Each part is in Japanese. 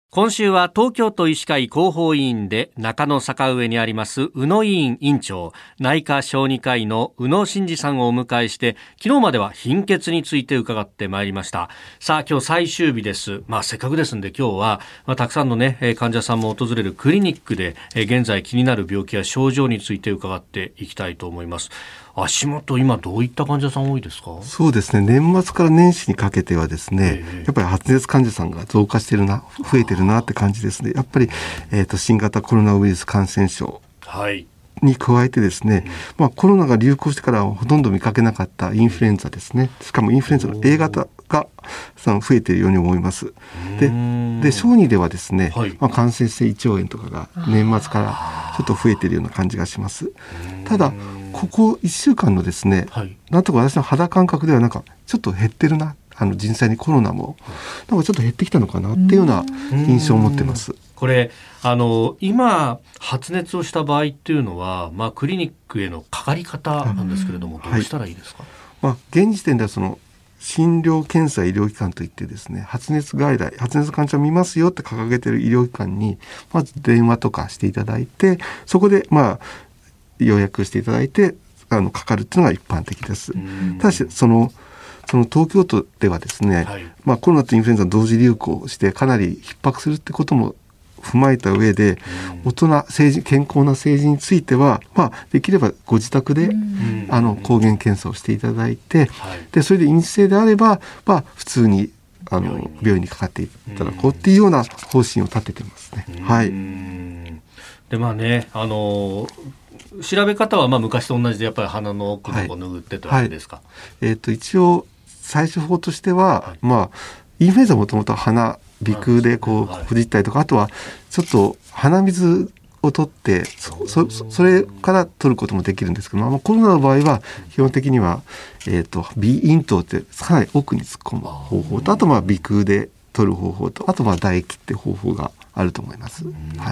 今週は東京都医師会広報委員で中野坂上にあります宇野医院院長、内科小児科医の宇野真二さんをお迎えして、昨日までは貧血について伺ってまいりました。さあ今日最終日です。せっかくですんで今日は、たくさんの患者さんも訪れるクリニックで、現在気になる病気や症状について伺っていきたいと思います。足元今どういった患者さん多いですか？ そうですね、年末から年始にかけてはですね、やっぱり発熱患者さんが増加してるな、増えてるなって感じですね。やっぱり、新型コロナウイルス感染症に加えてですね、コロナが流行してからほとんど見かけなかったインフルエンザですね。しかもインフルエンザの A 型が増えているように思います。で小児ではですね、感染性胃腸炎とかが年末からちょっと増えているような感じがします。ただここ1週間のですね、なんとか私の肌感覚ではちょっと減ってるな、実際にコロナもちょっと減ってきたのかなっていうような印象を持ってます。 これ今発熱をした場合っていうのは、クリニックへのかかり方なんですけれども、どうしたらいいですか？ 現時点では診療検査医療機関といってですね、発熱外来、発熱患者を見ますよって掲げている医療機関にまず電話とかしていただいて、そこで予約していただいてかかるっていうのが一般的です。ただしその東京都ではですね、コロナとインフルエンザ同時流行してかなり逼迫するってことも踏まえた上で、健康な成人については、できればご自宅で抗原検査をしていただいて、でそれで陰性であれば、普通に病院にかかっていただこうっていうような方針を立ててますね。 で調べ方は昔と同じでやっぱり鼻の奥の拭ってというわけですか？ 一応最処法としては、インフルエンザはもともと鼻鼻腔でほじったりとか、あとはちょっと鼻水を取ってそれから取ることもできるんですけど、コロナの場合は基本的には、鼻咽頭ってかなり奥に突っ込む方法と、あと鼻腔で取る方法と、あと唾液って方法があると思います。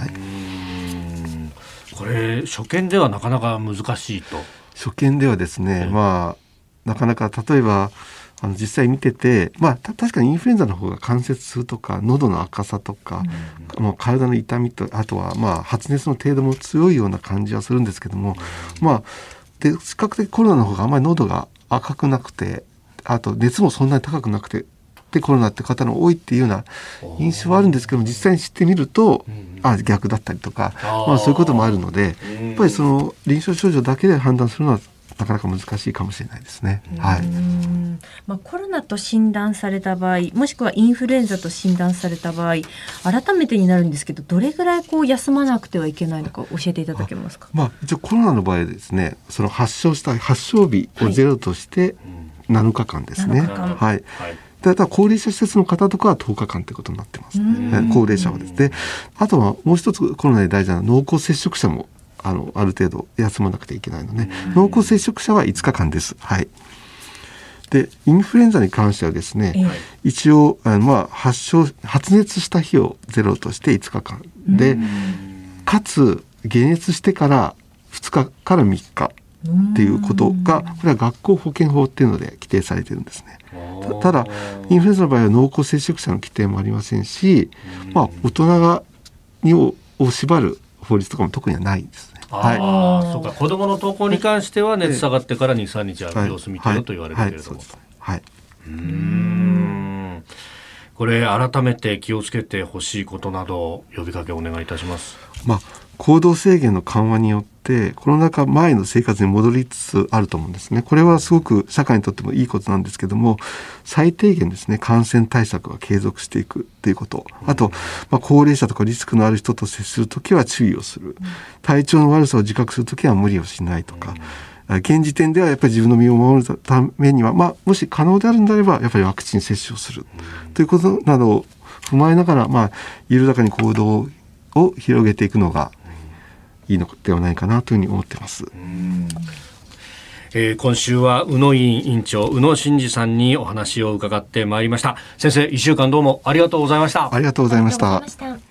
これ初見ではなかなか難しいと。 初見ではですね、なかなか例えば実際見てて、確かにインフルエンザの方が関節痛とか喉の赤さとか、体の痛みと、あとは発熱の程度も強いような感じはするんですけども、で比較的コロナの方があまり喉が赤くなくて、あと熱もそんなに高くなくて、でコロナって方の多いっていうような印象はあるんですけども、実際に知ってみると逆だったりとか、そういうこともあるので、やっぱり臨床症状だけで判断するのはなかなか難しいかもしれないですね。 コロナと診断された場合、もしくはインフルエンザと診断された場合、改めてになるんですけど、どれぐらい休まなくてはいけないのか教えていただけますか？ 一応コロナの場合はですね、発症日をゼロとして7日間ですね。ただ高齢者施設の方とかは10日間ということになってます。高齢者はですね。あとはもう一つコロナで大事な濃厚接触者もある程度休まなくてはいけないので、濃厚接触者は5日間です。でインフルエンザに関してはですね、一応発熱した日をゼロとして5日間で、かつ解熱してから2日から3日っていうことが、これは学校保健法っていうので規定されてるんですね。ただインフルエンザの場合は濃厚接触者の規定もありませんし、大人を縛る法律とかも特にはないんですね。 そうか、子どもの登校に関しては熱下がってから 2,3 日様子見てよと言われるけれども、これ改めて気をつけてほしいことなど呼びかけお願いいたします。 行動制限の緩和によってコロナ禍前の生活に戻りつつあると思うんですね。これはすごく社会にとってもいいことなんですけども、最低限ですね、感染対策は継続していくということ、あと、高齢者とかリスクのある人と接するときは注意をする、体調の悪さを自覚するときは無理をしないとか、現時点ではやっぱり自分の身を守るためには、もし可能であるんであればやっぱりワクチン接種をするということなどを踏まえながら、緩やかに行動を広げていくのがいいのではないかなというふうに思っています。 今週は宇野院院長宇野真二さんにお話を伺ってまいりました。先生、1週間どうもありがとうございました。 ありがとうございました。